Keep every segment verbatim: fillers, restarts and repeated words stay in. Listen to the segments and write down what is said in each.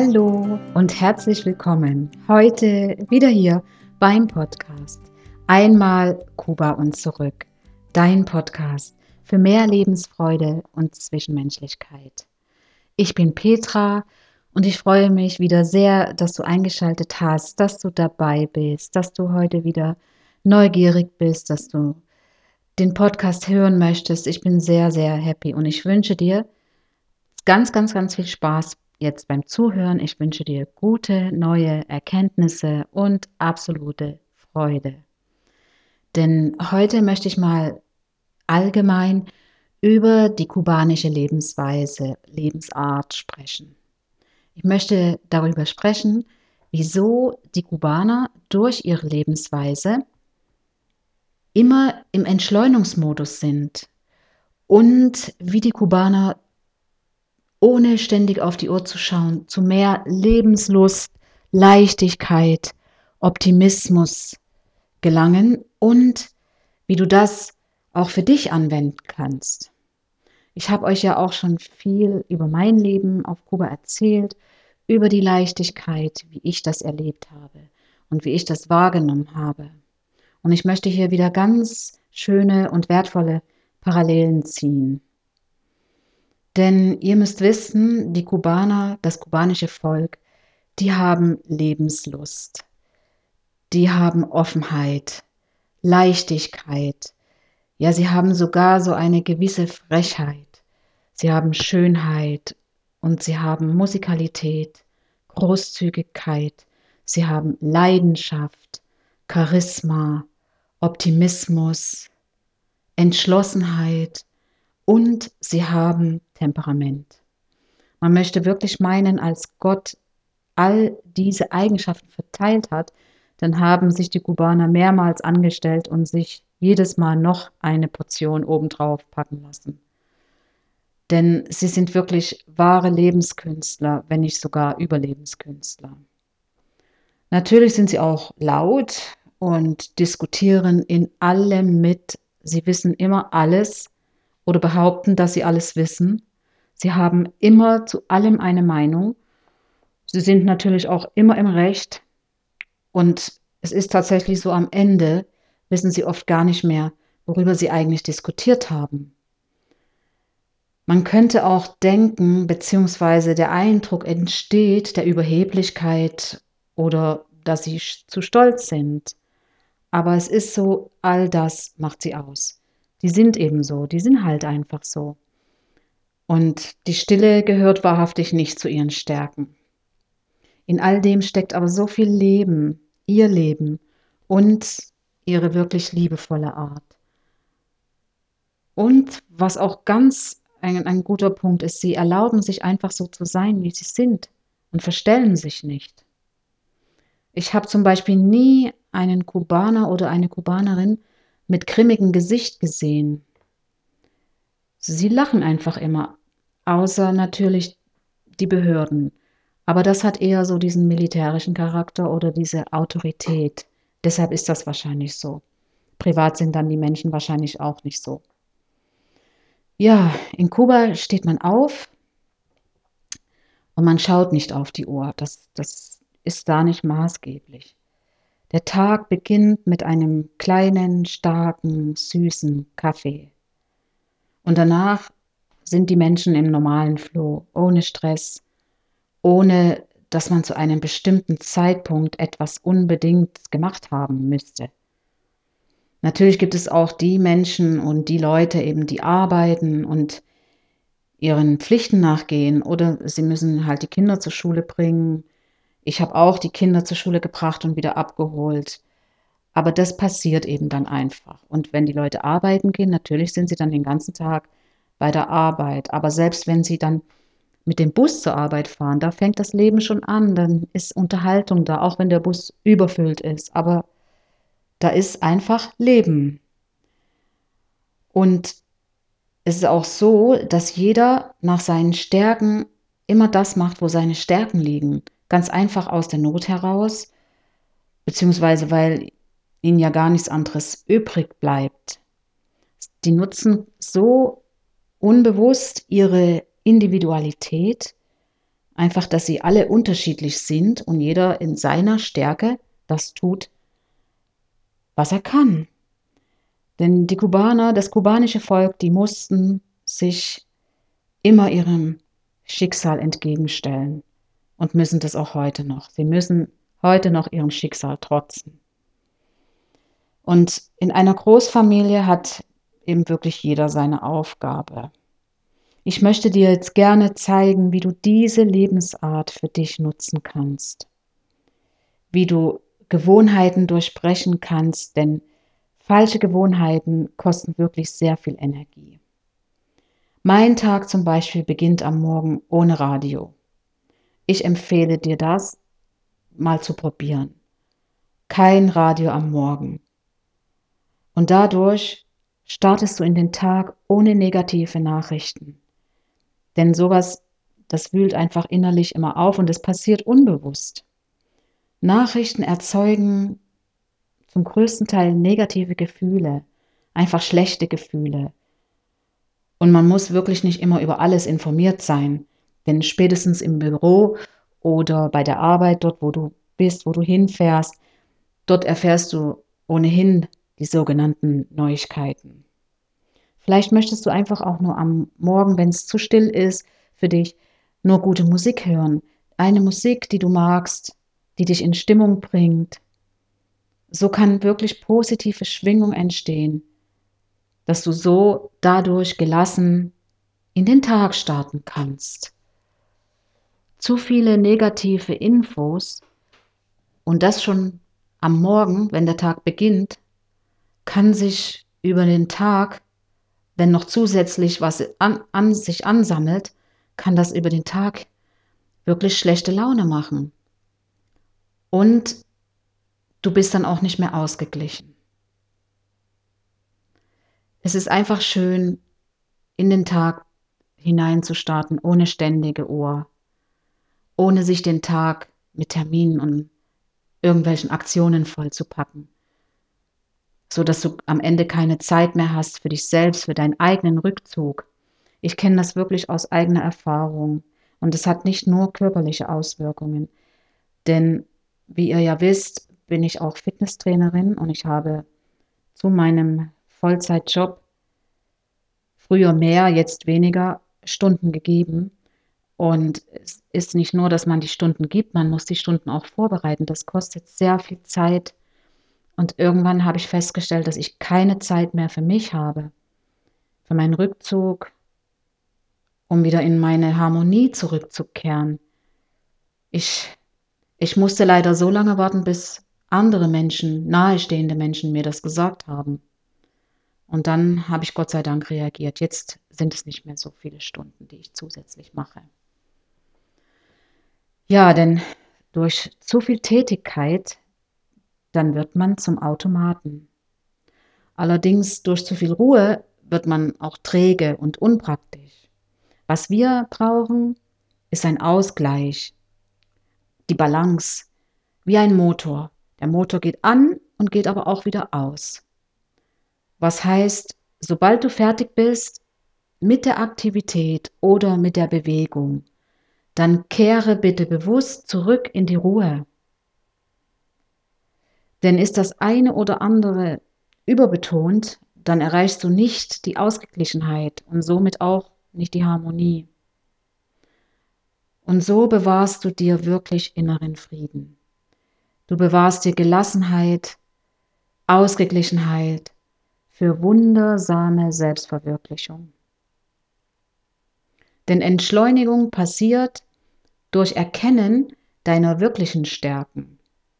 Hallo und herzlich willkommen. Heute wieder hier beim Podcast Einmal Kuba und zurück. Dein Podcast für mehr Lebensfreude und Zwischenmenschlichkeit. Ich bin Petra und ich freue mich wieder sehr, dass du eingeschaltet hast, dass du dabei bist, dass du heute wieder neugierig bist, dass du den Podcast hören möchtest. Ich bin sehr, sehr happy und ich wünsche dir ganz, ganz, ganz viel Spaß jetzt beim Zuhören. Ich wünsche dir gute, neue Erkenntnisse und absolute Freude. Denn heute möchte ich mal allgemein über die kubanische Lebensweise, Lebensart sprechen. Ich möchte darüber sprechen, wieso die Kubaner durch ihre Lebensweise immer im Entschleunigungsmodus sind und wie die Kubaner ohne ständig auf die Uhr zu schauen, zu mehr Lebenslust, Leichtigkeit, Optimismus gelangen und wie du das auch für dich anwenden kannst. Ich habe euch ja auch schon viel über mein Leben auf Kuba erzählt, über die Leichtigkeit, wie ich das erlebt habe und wie ich das wahrgenommen habe. Und ich möchte hier wieder ganz schöne und wertvolle Parallelen ziehen. Denn ihr müsst wissen, die Kubaner, das kubanische Volk, die haben Lebenslust, die haben Offenheit, Leichtigkeit, ja, sie haben sogar so eine gewisse Frechheit, sie haben Schönheit und sie haben Musikalität, Großzügigkeit, sie haben Leidenschaft, Charisma, Optimismus, Entschlossenheit und sie haben Temperament. Man möchte wirklich meinen, als Gott all diese Eigenschaften verteilt hat, dann haben sich die Kubaner mehrmals angestellt und sich jedes Mal noch eine Portion obendrauf packen lassen. Denn sie sind wirklich wahre Lebenskünstler, wenn nicht sogar Überlebenskünstler. Natürlich sind sie auch laut und diskutieren in allem mit. Sie wissen immer alles oder behaupten, dass sie alles wissen. Sie haben immer zu allem eine Meinung. Sie sind natürlich auch immer im Recht. Und es ist tatsächlich so, am Ende wissen sie oft gar nicht mehr, worüber sie eigentlich diskutiert haben. Man könnte auch denken, beziehungsweise der Eindruck entsteht der Überheblichkeit oder dass sie zu stolz sind. Aber es ist so, all das macht sie aus. Die sind eben so, die sind halt einfach so. Und die Stille gehört wahrhaftig nicht zu ihren Stärken. In all dem steckt aber so viel Leben, ihr Leben und ihre wirklich liebevolle Art. Und was auch ganz ein, ein guter Punkt ist, sie erlauben sich einfach so zu sein, wie sie sind und verstellen sich nicht. Ich habe zum Beispiel nie einen Kubaner oder eine Kubanerin mit grimmigem Gesicht gesehen. Sie lachen einfach immer, außer natürlich die Behörden. Aber das hat eher so diesen militärischen Charakter oder diese Autorität. Deshalb ist das wahrscheinlich so. Privat sind dann die Menschen wahrscheinlich auch nicht so. Ja, in Kuba steht man auf und man schaut nicht auf die Uhr. Das, das ist da nicht maßgeblich. Der Tag beginnt mit einem kleinen, starken, süßen Kaffee. Und danach sind die Menschen im normalen Flow, ohne Stress, ohne dass man zu einem bestimmten Zeitpunkt etwas unbedingt gemacht haben müsste. Natürlich gibt es auch die Menschen und die Leute eben, die arbeiten und ihren Pflichten nachgehen oder sie müssen halt die Kinder zur Schule bringen. Ich habe auch die Kinder zur Schule gebracht und wieder abgeholt. Aber das passiert eben dann einfach. Und wenn die Leute arbeiten gehen, natürlich sind sie dann den ganzen Tag bei der Arbeit. Aber selbst wenn sie dann mit dem Bus zur Arbeit fahren, da fängt das Leben schon an. Dann ist Unterhaltung da, auch wenn der Bus überfüllt ist. Aber da ist einfach Leben. Und es ist auch so, dass jeder nach seinen Stärken immer das macht, wo seine Stärken liegen. Ganz einfach aus der Not heraus, beziehungsweise weil ihnen ja gar nichts anderes übrig bleibt. Die nutzen so unbewusst ihre Individualität, Einfach, dass sie alle unterschiedlich sind und jeder in seiner Stärke das tut, was er kann. Denn die Kubaner, das kubanische Volk, die mussten sich immer ihrem Schicksal entgegenstellen und müssen das auch heute noch. Sie müssen heute noch ihrem Schicksal trotzen. Und in einer Großfamilie hat eben wirklich jeder seine Aufgabe. Ich möchte dir jetzt gerne zeigen, wie du diese Lebensart für dich nutzen kannst. Wie du Gewohnheiten durchbrechen kannst, denn falsche Gewohnheiten kosten wirklich sehr viel Energie. Mein Tag zum Beispiel beginnt am Morgen ohne Radio. Ich empfehle dir das mal zu probieren. Kein Radio am Morgen. Und dadurch startest du in den Tag ohne negative Nachrichten. Denn sowas, das wühlt einfach innerlich immer auf und es passiert unbewusst. Nachrichten erzeugen zum größten Teil negative Gefühle, einfach schlechte Gefühle. Und man muss wirklich nicht immer über alles informiert sein, denn spätestens im Büro oder bei der Arbeit, dort wo du bist, wo du hinfährst, dort erfährst du ohnehin die sogenannten Neuigkeiten. Vielleicht möchtest du einfach auch nur am Morgen, wenn es zu still ist, für dich nur gute Musik hören. Eine Musik, die du magst, die dich in Stimmung bringt. So kann wirklich positive Schwingung entstehen, dass du so dadurch gelassen in den Tag starten kannst. Zu viele negative Infos und das schon am Morgen, wenn der Tag beginnt, kann sich über den Tag, wenn noch zusätzlich was an, an sich ansammelt, kann das über den Tag wirklich schlechte Laune machen. Und du bist dann auch nicht mehr ausgeglichen. Es ist einfach schön, in den Tag hineinzustarten, ohne ständige Uhr, ohne sich den Tag mit Terminen und irgendwelchen Aktionen vollzupacken, so dass du am Ende keine Zeit mehr hast für dich selbst, für deinen eigenen Rückzug. Ich kenne das wirklich aus eigener Erfahrung und es hat nicht nur körperliche Auswirkungen, denn wie ihr ja wisst, bin ich auch Fitnesstrainerin und ich habe zu meinem Vollzeitjob früher mehr, jetzt weniger Stunden gegeben. Und es ist nicht nur, dass man die Stunden gibt, man muss die Stunden auch vorbereiten. Das kostet sehr viel Zeit. Und irgendwann habe ich festgestellt, dass ich keine Zeit mehr für mich habe, für meinen Rückzug, um wieder in meine Harmonie zurückzukehren. Ich, ich musste leider so lange warten, bis andere Menschen, nahestehende Menschen mir das gesagt haben. Und dann habe ich Gott sei Dank reagiert. Jetzt sind es nicht mehr so viele Stunden, die ich zusätzlich mache. Ja, denn durch zu viel Tätigkeit, dann wird man zum Automaten. Allerdings durch zu viel Ruhe wird man auch träge und unpraktisch. Was wir brauchen, ist ein Ausgleich, die Balance, wie ein Motor. Der Motor geht an und geht aber auch wieder aus. Was heißt, sobald du fertig bist mit der Aktivität oder mit der Bewegung, dann kehre bitte bewusst zurück in die Ruhe. Denn ist das eine oder andere überbetont, dann erreichst du nicht die Ausgeglichenheit und somit auch nicht die Harmonie. Und so bewahrst du dir wirklich inneren Frieden. Du bewahrst dir Gelassenheit, Ausgeglichenheit für wundersame Selbstverwirklichung. Denn Entschleunigung passiert durch Erkennen deiner wirklichen Stärken.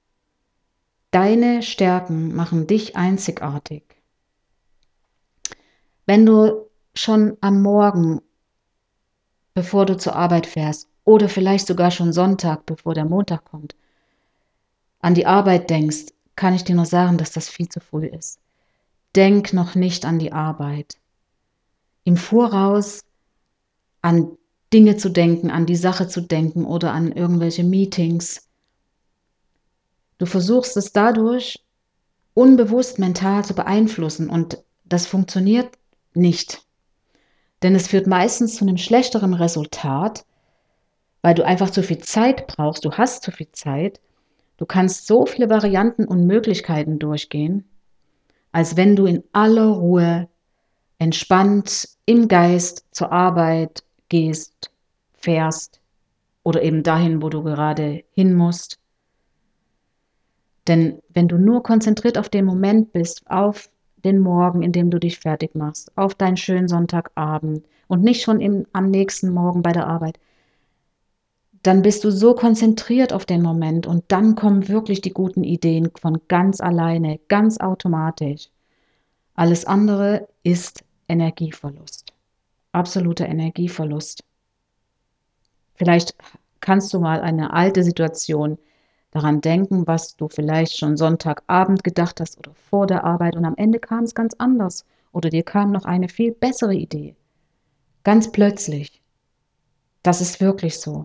Deine Stärken machen dich einzigartig. Wenn du schon am Morgen, bevor du zur Arbeit fährst, oder vielleicht sogar schon Sonntag, bevor der Montag kommt, an die Arbeit denkst, kann ich dir nur sagen, dass das viel zu früh ist. Denk noch nicht an die Arbeit. Im Voraus an Dinge zu denken, an die Sache zu denken oder an irgendwelche Meetings. Du versuchst es dadurch unbewusst mental zu beeinflussen und das funktioniert nicht. Denn es führt meistens zu einem schlechteren Resultat, weil du einfach zu viel Zeit brauchst. Du hast zu viel Zeit. Du kannst so viele Varianten und Möglichkeiten durchgehen, als wenn du in aller Ruhe entspannt im Geist zur Arbeit gehst, fährst oder eben dahin, wo du gerade hin musst. Denn wenn du nur konzentriert auf den Moment bist, auf den Morgen, in dem du dich fertig machst, auf deinen schönen Sonntagabend und nicht schon im, am nächsten Morgen bei der Arbeit, dann bist du so konzentriert auf den Moment und dann kommen wirklich die guten Ideen von ganz alleine, ganz automatisch. Alles andere ist Energieverlust, absoluter Energieverlust. Vielleicht kannst du mal eine alte Situation daran denken, was du vielleicht schon Sonntagabend gedacht hast oder vor der Arbeit und am Ende kam es ganz anders oder dir kam noch eine viel bessere Idee. Ganz plötzlich. Das ist wirklich so.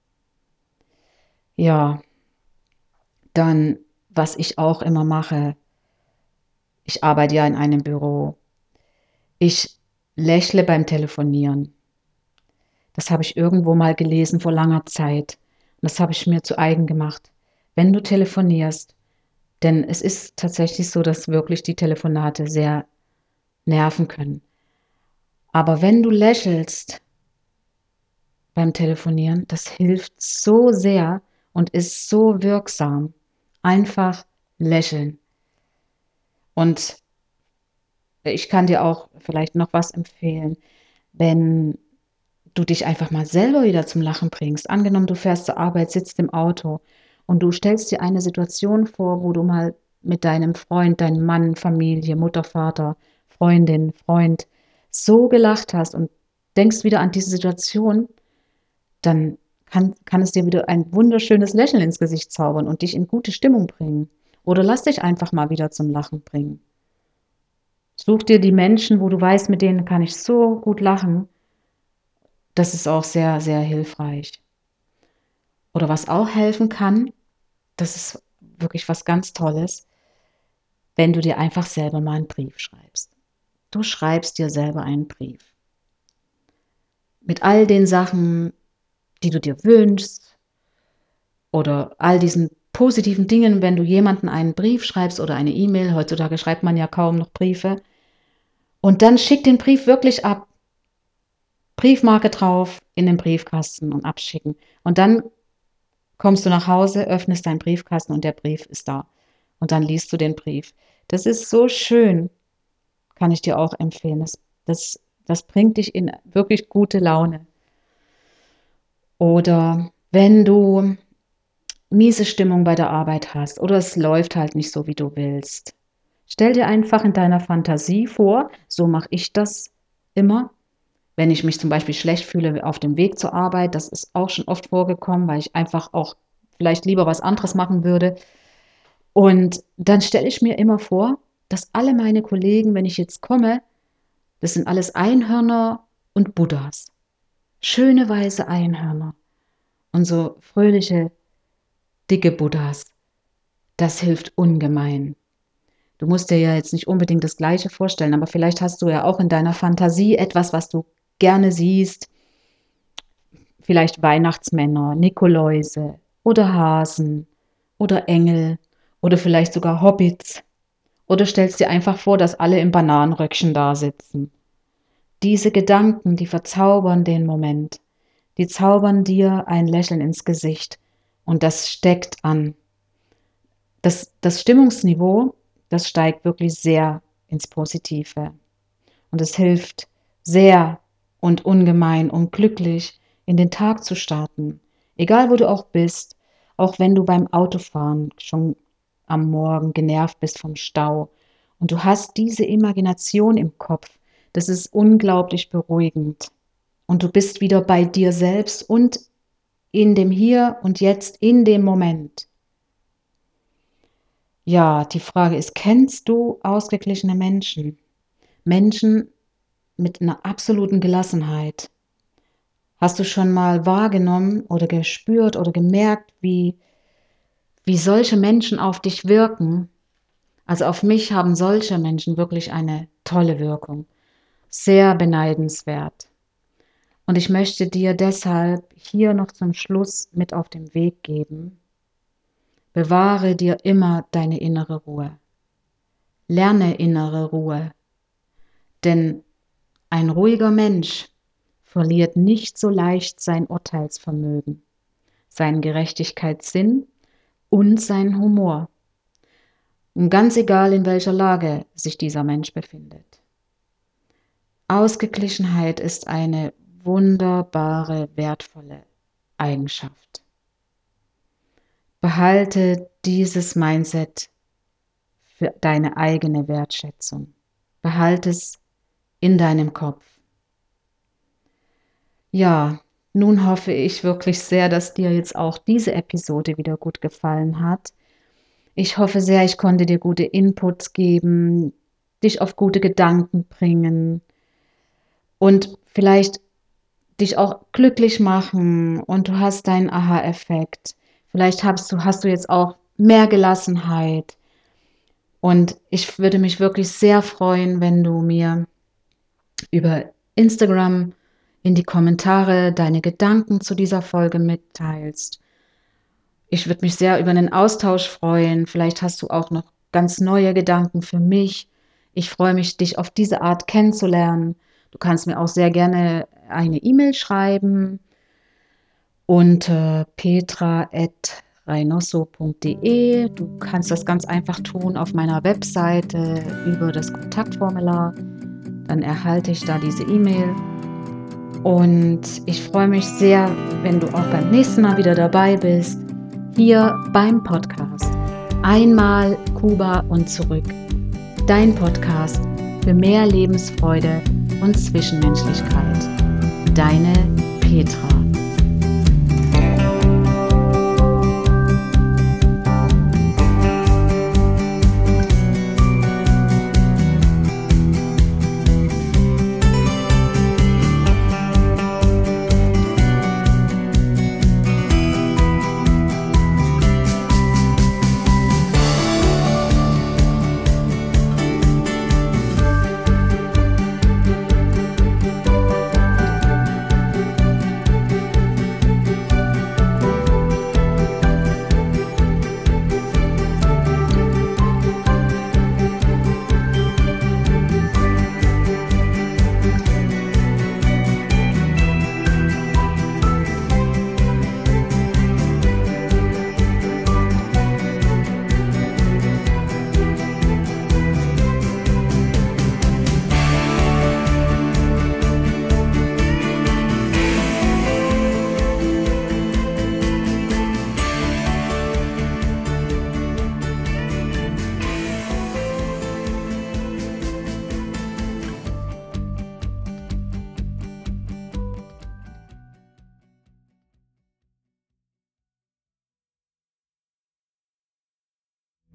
Ja, dann, was ich auch immer mache, ich arbeite ja in einem Büro. Ich lächle beim Telefonieren. Das habe ich irgendwo mal gelesen vor langer Zeit. Und das habe ich mir zu eigen gemacht. Wenn du telefonierst, denn es ist tatsächlich so, dass wirklich die Telefonate sehr nerven können. Aber wenn du lächelst beim Telefonieren, das hilft so sehr und ist so wirksam. Einfach lächeln. Und ich kann dir auch vielleicht noch was empfehlen, wenn du dich einfach mal selber wieder zum Lachen bringst. Angenommen, du fährst zur Arbeit, sitzt im Auto und du stellst dir eine Situation vor, wo du mal mit deinem Freund, deinem Mann, Familie, Mutter, Vater, Freundin, Freund so gelacht hast und denkst wieder an diese Situation, dann kann, kann es dir wieder ein wunderschönes Lächeln ins Gesicht zaubern und dich in gute Stimmung bringen. Oder lass dich einfach mal wieder zum Lachen bringen. Such dir die Menschen, wo du weißt, mit denen kann ich so gut lachen. Das ist auch sehr, sehr hilfreich. Oder was auch helfen kann, das ist wirklich was ganz Tolles, wenn du dir einfach selber mal einen Brief schreibst. Du schreibst dir selber einen Brief. Mit all den Sachen, die du dir wünschst oder all diesen positiven Dingen, wenn du jemanden einen Brief schreibst oder eine E-Mail, heutzutage schreibt man ja kaum noch Briefe, und dann schick den Brief wirklich ab. Briefmarke drauf, in den Briefkasten und abschicken. Und dann kommst du nach Hause, öffnest deinen Briefkasten und der Brief ist da. Und dann liest du den Brief. Das ist so schön, kann ich dir auch empfehlen. Das, das, das bringt dich in wirklich gute Laune. Oder wenn du miese Stimmung bei der Arbeit hast oder es läuft halt nicht so, wie du willst. Stell dir einfach in deiner Fantasie vor, so mache ich das immer, wenn ich mich zum Beispiel schlecht fühle auf dem Weg zur Arbeit. Das ist auch schon oft vorgekommen, weil ich einfach auch vielleicht lieber was anderes machen würde. Und dann stelle ich mir immer vor, dass alle meine Kollegen, wenn ich jetzt komme, das sind alles Einhörner und Buddhas. Schöne weiße Einhörner und so fröhliche, dicke Buddhas. Das hilft ungemein. Du musst dir ja jetzt nicht unbedingt das Gleiche vorstellen, aber vielleicht hast du ja auch in deiner Fantasie etwas, was du gerne siehst. Vielleicht Weihnachtsmänner, Nikoläuse oder Hasen oder Engel oder vielleicht sogar Hobbits. Oder stellst dir einfach vor, dass alle im Bananenröckchen da sitzen. Diese Gedanken, die verzaubern den Moment. Die zaubern dir ein Lächeln ins Gesicht. Und das steckt an. Das, das Stimmungsniveau, das steigt wirklich sehr ins Positive. Und es hilft sehr und ungemein, um glücklich in den Tag zu starten. Egal wo du auch bist, auch wenn du beim Autofahren schon am Morgen genervt bist vom Stau und du hast diese Imagination im Kopf, das ist unglaublich beruhigend. Und du bist wieder bei dir selbst und in dem Hier und Jetzt, in dem Moment. Ja, die Frage ist, kennst du ausgeglichene Menschen? Menschen mit einer absoluten Gelassenheit. Hast du schon mal wahrgenommen oder gespürt oder gemerkt, wie, wie solche Menschen auf dich wirken? Also auf mich haben solche Menschen wirklich eine tolle Wirkung. Sehr beneidenswert. Und ich möchte dir deshalb hier noch zum Schluss mit auf den Weg geben: Bewahre dir immer deine innere Ruhe. Lerne innere Ruhe, denn ein ruhiger Mensch verliert nicht so leicht sein Urteilsvermögen, seinen Gerechtigkeitssinn und seinen Humor. Und ganz egal, in welcher Lage sich dieser Mensch befindet. Ausgeglichenheit ist eine wunderbare, wertvolle Eigenschaft. Behalte dieses Mindset für deine eigene Wertschätzung. Behalte es in deinem Kopf. Ja, nun hoffe ich wirklich sehr, dass dir jetzt auch diese Episode wieder gut gefallen hat. Ich hoffe sehr, ich konnte dir gute Inputs geben, dich auf gute Gedanken bringen und vielleicht dich auch glücklich machen und du hast deinen Aha-Effekt. Vielleicht hast du, hast du jetzt auch mehr Gelassenheit. Und ich würde mich wirklich sehr freuen, wenn du mir über Instagram in die Kommentare deine Gedanken zu dieser Folge mitteilst. Ich würde mich sehr über einen Austausch freuen. Vielleicht hast du auch noch ganz neue Gedanken für mich. Ich freue mich, dich auf diese Art kennenzulernen. Du kannst mir auch sehr gerne eine E-Mail schreiben unter petra at reinosso punkt de. Du kannst das ganz einfach tun auf meiner Webseite über das Kontaktformular. Dann erhalte ich da diese E-Mail. Und ich freue mich sehr, wenn du auch beim nächsten Mal wieder dabei bist, hier beim Podcast Einmal Kuba und zurück. Dein Podcast für mehr Lebensfreude und Zwischenmenschlichkeit. Deine Petra.